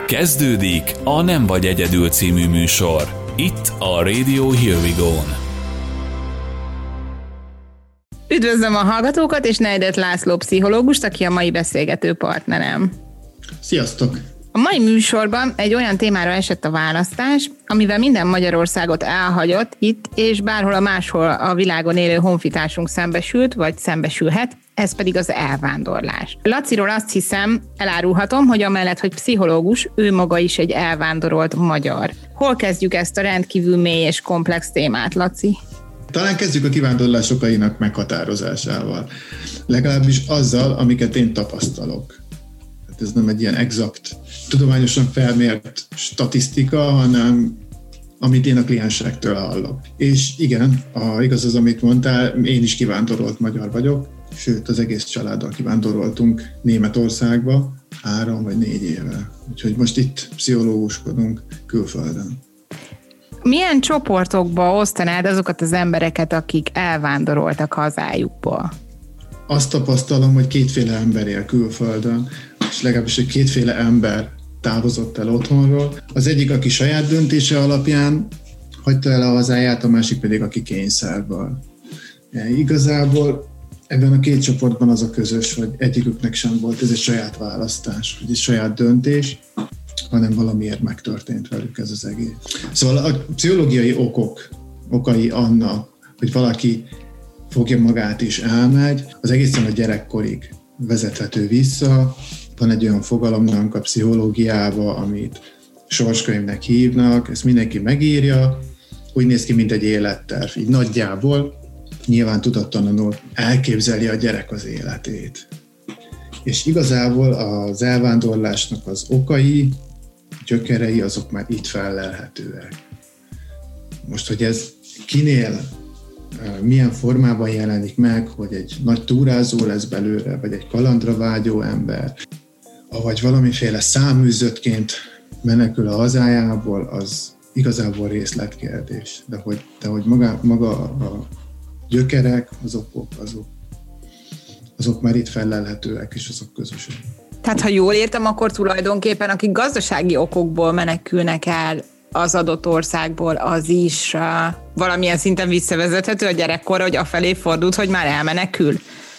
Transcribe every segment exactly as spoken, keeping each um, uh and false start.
Kezdődik a Nem vagy egyedül című műsor. Itt a Radio Here We Go-n. Üdvözlöm a hallgatókat, és Neidert László pszichológust, aki a mai beszélgető partnerem. Sziasztok! A mai műsorban egy olyan témára esett a választás, amivel minden Magyarországot elhagyott itt, és bárhol a máshol a világon élő honfitársunk szembesült, vagy szembesülhet, ez pedig az elvándorlás. Laciról azt hiszem, elárulhatom, hogy amellett, hogy pszichológus, ő maga is egy elvándorolt magyar. Hol kezdjük ezt a rendkívül mély és komplex témát, Laci? Talán kezdjük a kivándorlás okainak meghatározásával. Legalábbis azzal, amiket én tapasztalok. Hát ez nem egy ilyen exakt, tudományosan felmért statisztika, hanem amit én a kliensektől hallok. És igen, a, igaz az, amit mondtál, én is kivándorolt magyar vagyok, sőt az egész családdal kivándoroltunk Németországba három vagy négy éve. Úgyhogy most itt pszichológuskodunk külföldön. Milyen csoportokba osztanád azokat az embereket, akik elvándoroltak hazájukból? Azt tapasztalom, hogy kétféle ember él külföldön, és legalábbis, hogy kétféle ember távozott el otthonról. Az egyik, aki saját döntése alapján hagyta el a hazáját, a másik pedig, aki kényszerből. Igazából ebben a két csoportban az a közös, hogy egyiküknek sem volt ez egy saját választás, vagy egy saját döntés, hanem valamiért megtörtént velük ez az egész. Szóval a pszichológiai okok, okai annak, hogy valaki fogja magát és elmegy, az egészen a gyerekkorig vezethető vissza. Van egy olyan fogalomnak a pszichológiában, amit sorskönyvnek hívnak, ezt mindenki megírja, úgy néz ki, mint egy életterv. Így nagyjából, nyilván tudattalanul elképzeli a gyerek az életét. És igazából az elvándorlásnak az okai, gyökerei, azok már itt fellelhetőek. Most, hogy ez kinél milyen formában jelenik meg, hogy egy nagy túrázó lesz belőle, vagy egy kalandra vágyó ember, vagy valamiféle száműzöttként menekül a hazájából, az igazából részletkérdés. De hogy, de hogy maga, maga a gyökerek, az okok, azok, azok már itt fellelhetőek, és azok közösek. Tehát, ha jól értem, akkor tulajdonképpen, akik gazdasági okokból menekülnek el az adott országból, az is uh, valamilyen szinten visszavezethető a gyerekkorra, hogy afelé fordult, hogy már elmenekül?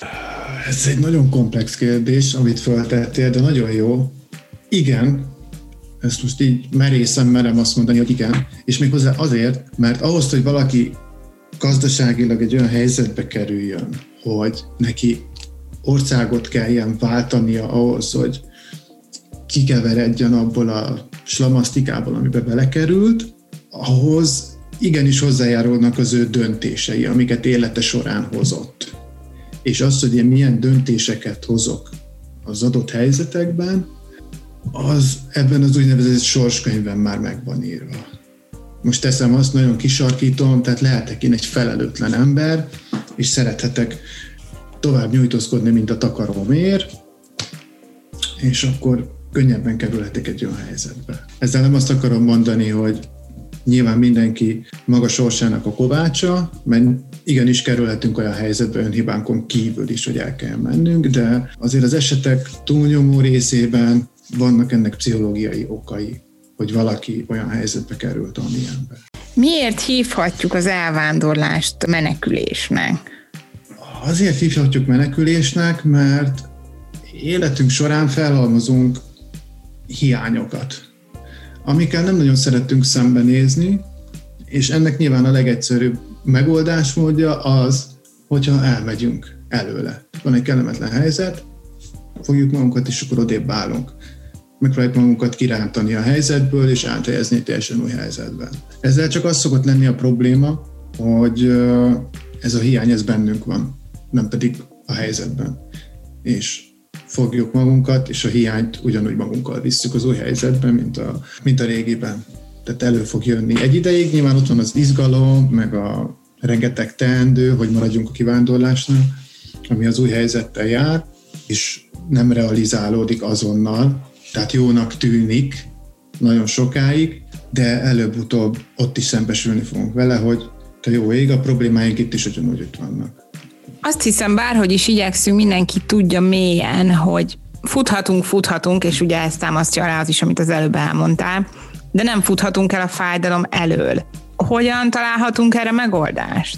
Ez egy nagyon komplex kérdés, amit feltettél, de nagyon jó. Igen, ezt most így merészen merem azt mondani, hogy igen, és méghozzá azért, mert ahhoz, hogy valaki gazdaságilag egy olyan helyzetbe kerüljön, hogy neki országot kelljen váltania ahhoz, hogy kikeveredjen abból a slamasztikából, amiben belekerült, ahhoz igenis hozzájárulnak az ő döntései, amiket élete során hozott. És az, hogy én milyen döntéseket hozok az adott helyzetekben, az ebben az úgynevezett sorskönyvben már meg van írva. Most teszem azt, nagyon kisarkítom, tehát lehetek én egy felelőtlen ember, és szerethetek tovább nyújtózkodni, mint a takarómér, és akkor könnyebben kerülhetek egy olyan helyzetbe. Ezzel nem azt akarom mondani, hogy nyilván mindenki maga sorsának a kovácsa, mert igenis kerülhetünk olyan helyzetbe önhibánkon kívül is, hogy el kell mennünk, de azért az esetek túlnyomó részében vannak ennek pszichológiai okai, hogy valaki olyan helyzetbe került, amilyenbe. Miért hívhatjuk az elvándorlást menekülésnek? Azért hívhatjuk menekülésnek, mert életünk során felhalmozunk hiányokat, amikkel nem nagyon szeretünk szembenézni, és ennek nyilván a legegyszerűbb megoldásmódja az, hogyha elmegyünk előle. Van egy kellemetlen helyzet, fogjuk magunkat, és akkor odébb állunk. Megpróbáljuk magunkat kirántani a helyzetből, és áthelyezni teljesen új helyzetben. Ezzel csak az szokott lenni a probléma, hogy ez a hiány, ez bennünk van, nem pedig a helyzetben. És fogjuk magunkat, és a hiányt ugyanúgy magunkkal visszük az új helyzetben, mint a, mint a régiben. Tehát elő fog jönni. Egy ideig nyilván ott van az izgalom, meg a rengeteg teendő, hogy maradjunk a kivándorlásnál, ami az új helyzettel jár, és nem realizálódik azonnal, tehát jónak tűnik nagyon sokáig, de előbb-utóbb ott is szembesülni fogunk vele, hogy te jó ég, a problémáink itt is ugyanúgy itt vannak. Azt hiszem, bárhogy is igyekszünk, mindenki tudja mélyen, hogy futhatunk, futhatunk, és ugye ezt támasztja alá az is, amit az előbb elmondtál, de nem futhatunk el a fájdalom elől. Hogyan találhatunk erre megoldást?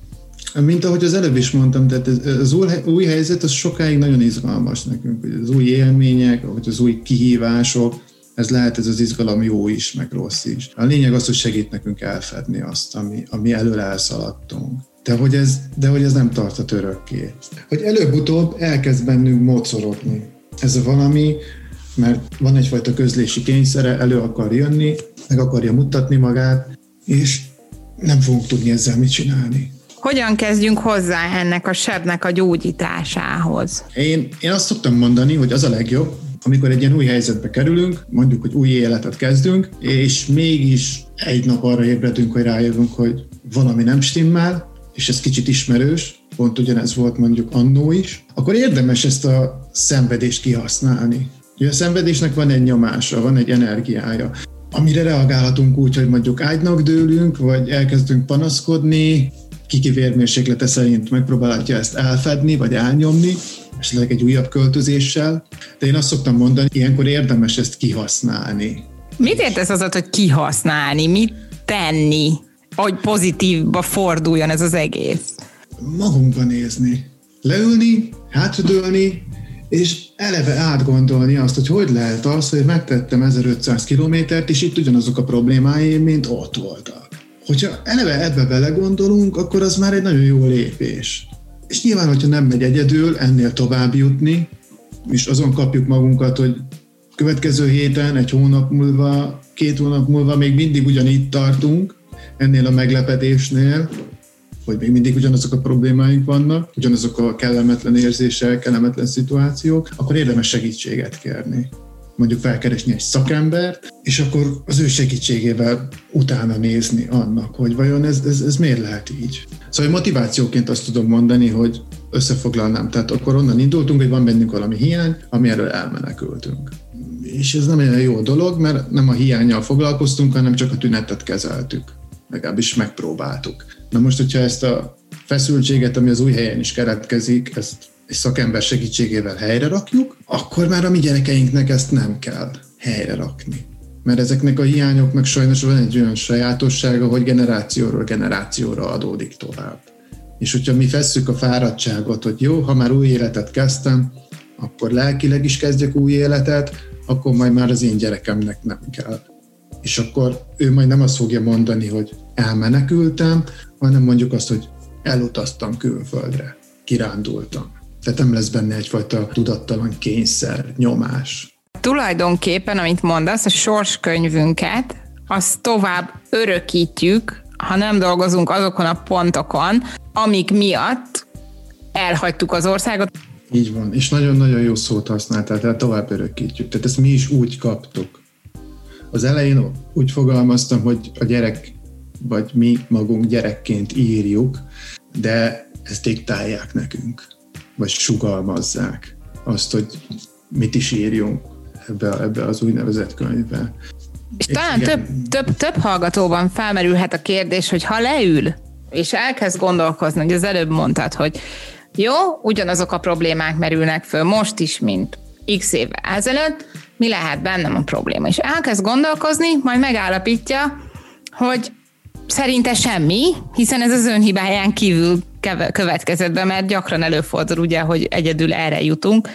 Mint ahogy az előbb is mondtam, tehát az új, új helyzet az sokáig nagyon izgalmas nekünk, hogy az új élmények, vagy az új kihívások, ez lehet ez az izgalom jó is, meg rossz is. A lényeg az, hogy segít nekünk elfedni azt, ami, ami elől elszaladtunk. De hogy, ez, de hogy ez nem tartott örökké. Hogy előbb-utóbb elkezd bennünk mocorogni. Ez a valami, mert van egyfajta közlési kényszere, elő akar jönni, meg akarja mutatni magát, és nem fogunk tudni ezzel mit csinálni. Hogyan kezdjünk hozzá ennek a sebnek a gyógyításához? Én, én azt szoktam mondani, hogy az a legjobb, amikor egy ilyen új helyzetbe kerülünk, mondjuk, hogy új életet kezdünk, és mégis egy nap arra ébredünk, hogy rájövünk, hogy valami nem stimmel, és ez kicsit ismerős, pont ugyanez volt mondjuk annó is, akkor érdemes ezt a szenvedést kihasználni. Ugye a szenvedésnek van egy nyomása, van egy energiája, amire reagálhatunk úgy, hogy mondjuk ágynak dőlünk, vagy elkezdünk panaszkodni, kiki vérmérséklete szerint megpróbálhatja ezt elfedni, vagy elnyomni, esetleg egy újabb költözéssel. De én azt szoktam mondani, ilyenkor érdemes ezt kihasználni. Mit értesz az, hogy kihasználni? Mit tenni, hogy pozitívba forduljon ez az egész? Magunkba nézni. Leülni, hátradőlni, és eleve átgondolni azt, hogy hogy lehet az, hogy megtettem ezerötszáz kilométert, és itt ugyanazok a problémáim, mint ott voltak. Hogyha eleve ebbe belegondolunk, akkor az már egy nagyon jó lépés. És nyilván, hogyha nem megy egyedül, ennél tovább jutni, és azon kapjuk magunkat, hogy következő héten, egy hónap múlva, két hónap múlva még mindig ugyanígy tartunk, ennél a meglepetésnél, hogy még mindig ugyanazok a problémáink vannak, ugyanazok a kellemetlen érzések, kellemetlen szituációk, akkor érdemes segítséget kérni. Mondjuk felkeresni egy szakembert, és akkor az ő segítségével utána nézni annak, hogy vajon ez, ez, ez miért lehet így. Szóval motivációként azt tudom mondani, hogy összefoglalnám. Tehát akkor onnan indultunk, hogy van bennünk valami hiány, ami erről elmenekültünk. És ez nem egy jó dolog, mert nem a hiánnyal foglalkoztunk, hanem csak a tünetet kezeltük. Legalábbis megpróbáltuk. Na most, hogyha ezt a feszültséget, ami az új helyen is keletkezik, ezt egy szakember segítségével helyre rakjuk, akkor már a mi gyerekeinknek ezt nem kell helyre rakni. Mert ezeknek a hiányoknak sajnos van egy olyan sajátossága, hogy generációról generációra adódik tovább. És hogyha mi vesszük a fáradtságot, hogy jó, ha már új életet kezdtem, akkor lelkileg is kezdjek új életet, akkor majd már az én gyerekemnek nem kell. És akkor ő majd nem azt fogja mondani, hogy elmenekültem, hanem mondjuk azt, hogy elutaztam külföldre, kirándultam. Tehát nem lesz benne egyfajta tudattalan kényszer, nyomás. Tulajdonképpen, amit mondasz, a sorskönyvünket, azt tovább örökítjük, ha nem dolgozunk azokon a pontokon, amik miatt elhagytuk az országot. Így van, és nagyon-nagyon jó szót használtál, tehát tovább örökítjük. Tehát ezt mi is úgy kaptuk. Az elején úgy fogalmaztam, hogy a gyerek, vagy mi magunk gyerekként írjuk, de ezt diktálják nekünk, vagy sugalmazzák azt, hogy mit is írjunk ebbe, ebbe az úgynevezett könyvbe. És talán több, több, több hallgatóban felmerülhet a kérdés, hogy ha leül, és elkezd gondolkozni, hogy az előbb mondtad, hogy jó, ugyanazok a problémák merülnek föl most is, mint x évvel ezelőtt, mi lehet bennem a probléma? És elkezd gondolkozni, majd megállapítja, hogy szerinte semmi, hiszen ez az önhibáján kívül következett be, mert gyakran előfordul ugye, hogy egyedül erre jutunk.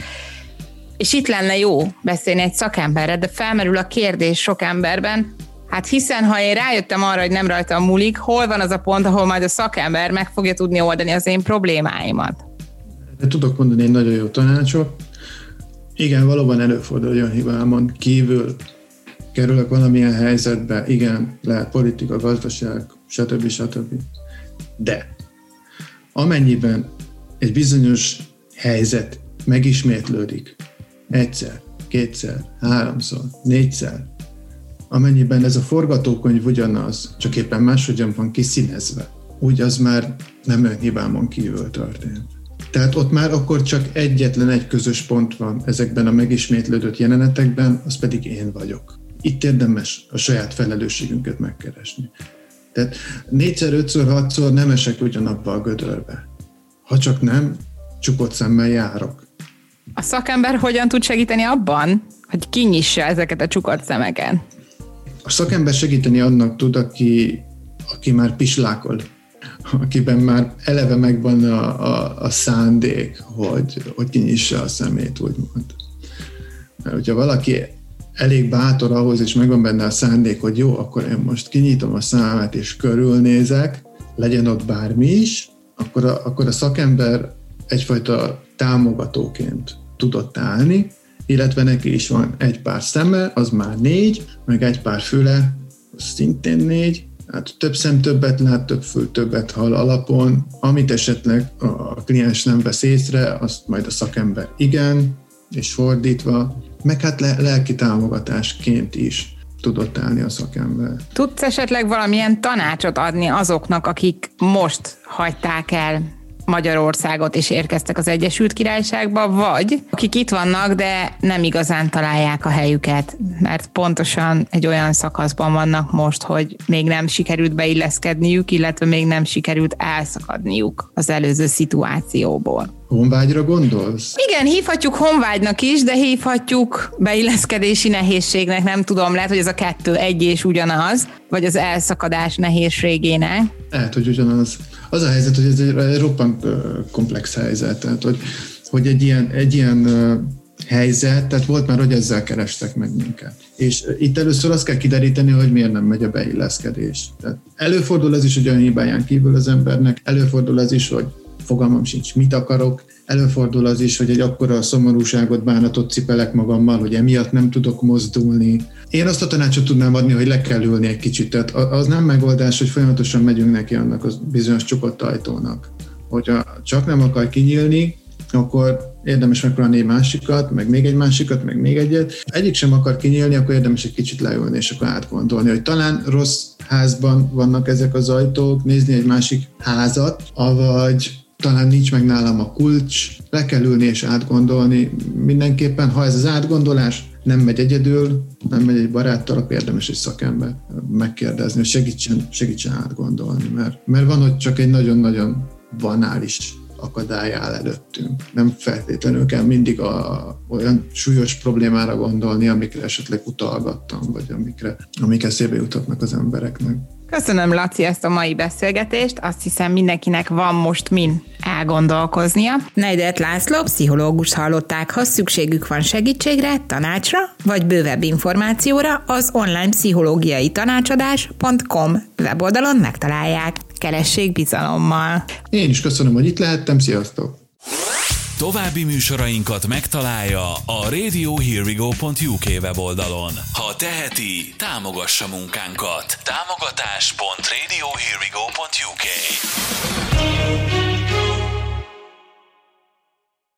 És itt lenne jó beszélni egy szakemberrel, de felmerül a kérdés sok emberben, hát hiszen ha én rájöttem arra, hogy nem rajtam múlik, hol van az a pont, ahol majd a szakember meg fogja tudni oldani az én problémáimat? De tudok mondani egy nagyon jó tanácsot. Igen, valóban előfordul, hogy önhibámon kívül kerülök valamilyen helyzetbe, igen, lehet politika, gazdaság, stb. stb. De amennyiben egy bizonyos helyzet megismétlődik egyszer, kétszer, háromszor, négyszer, amennyiben ez a forgatókönyv ugyanaz, csak éppen máshogyan van kiszínezve, úgy az már nem önhibámon kívül történt. Tehát ott már akkor csak egyetlen egy közös pont van ezekben a megismétlődött jelenetekben, az pedig én vagyok. Itt érdemes a saját felelősségünket megkeresni. Tehát négyszer, ötször, hatszor nem esek ugyanabba a gödörbe. Ha csak nem, csukott szemmel járok. A szakember hogyan tud segíteni abban, hogy kinyissa ezeket a csukott szemeket? A szakember segíteni annak tud, aki, aki már pislákol, akiben már eleve megvan a, a, a szándék, hogy, hogy kinyissa a szemét, úgymond. Mert hogyha valaki elég bátor ahhoz, és megvan benne a szándék, hogy jó, akkor én most kinyitom a számat, és körülnézek, legyen ott bármi is, akkor a, akkor a szakember egyfajta támogatóként tudott állni, illetve neki is van egy pár szeme, az már négy, meg egy pár füle, az szintén négy, hát több szem többet lát, több fül többet hall alapon, amit esetleg a kliens nem vesz észre, azt majd a szakember igen, és fordítva, meg hát le- lelki támogatásként is tudott állni a szakember. Tudsz esetleg valamilyen tanácsot adni azoknak, akik most hagyták el Magyarországot és érkeztek az Egyesült Királyságba, vagy akik itt vannak, de nem igazán találják a helyüket, mert pontosan egy olyan szakaszban vannak most, hogy még nem sikerült beilleszkedniük, illetve még nem sikerült elszakadniuk az előző szituációból. Honvágyra gondolsz? Igen, hívhatjuk honvágynak is, de hívhatjuk beilleszkedési nehézségnek, nem tudom, lehet, hogy ez a kettő egy és ugyanaz, vagy az elszakadás nehézségének. Lehet, hogy ugyanaz. Az a helyzet, hogy ez egy roppant komplex helyzet, tehát hogy, hogy egy ilyen, egy ilyen helyzet, tehát volt már, hogy ezzel kerestek meg minket. És itt először azt kell kideríteni, hogy miért nem megy a beilleszkedés. Tehát előfordul az is, hogy olyan hibáján kívül az embernek, előfordul az is, hogy fogalmam sincs, mit akarok, előfordul az is, hogy egy akkora szomorúságot, bánatot cipelek magammal, hogy emiatt nem tudok mozdulni. Én azt a tanácsot tudnám adni, hogy le kell ülni egy kicsit. Tehát az nem megoldás, hogy folyamatosan megyünk neki annak a bizonyos csukott ajtónak. Hogyha csak nem akar kinyílni, akkor érdemes megpróbálni egy másikat, meg még egy másikat, meg még egyet. Egyik sem akar kinyílni, akkor érdemes egy kicsit leülni, és akkor átgondolni, hogy talán rossz házban vannak ezek az ajtók, nézni egy másik házat, avagy talán nincs meg nálam a kulcs, le kell ülni és átgondolni. Mindenképpen, ha ez az átgondolás nem megy egyedül, nem megy egy baráttal, akkor érdemes egy szakember megkérdezni, hogy segítsen, segítsen átgondolni, mert, mert van, hogy csak egy nagyon-nagyon banális akadály áll előttünk. Nem feltétlenül kell mindig a, olyan súlyos problémára gondolni, amikre esetleg utalgattam, vagy amikre, amik eszébe juthatnak az embereknek. Köszönöm, Laci, ezt a mai beszélgetést. Azt hiszem, mindenkinek van most min elgondolkoznia. Neidert László, pszichológust hallották. Ha szükségük van segítségre, tanácsra, vagy bővebb információra, az online pszichológiai tanácsadás pont com weboldalon megtalálják. Keressék bizalommal. Én is köszönöm, hogy itt lehettem. Sziasztok! További műsorainkat megtalálja a radio here we go pont u k weboldalon. Ha teheti, támogassa munkánkat. támogatás pont radio here we go pont u k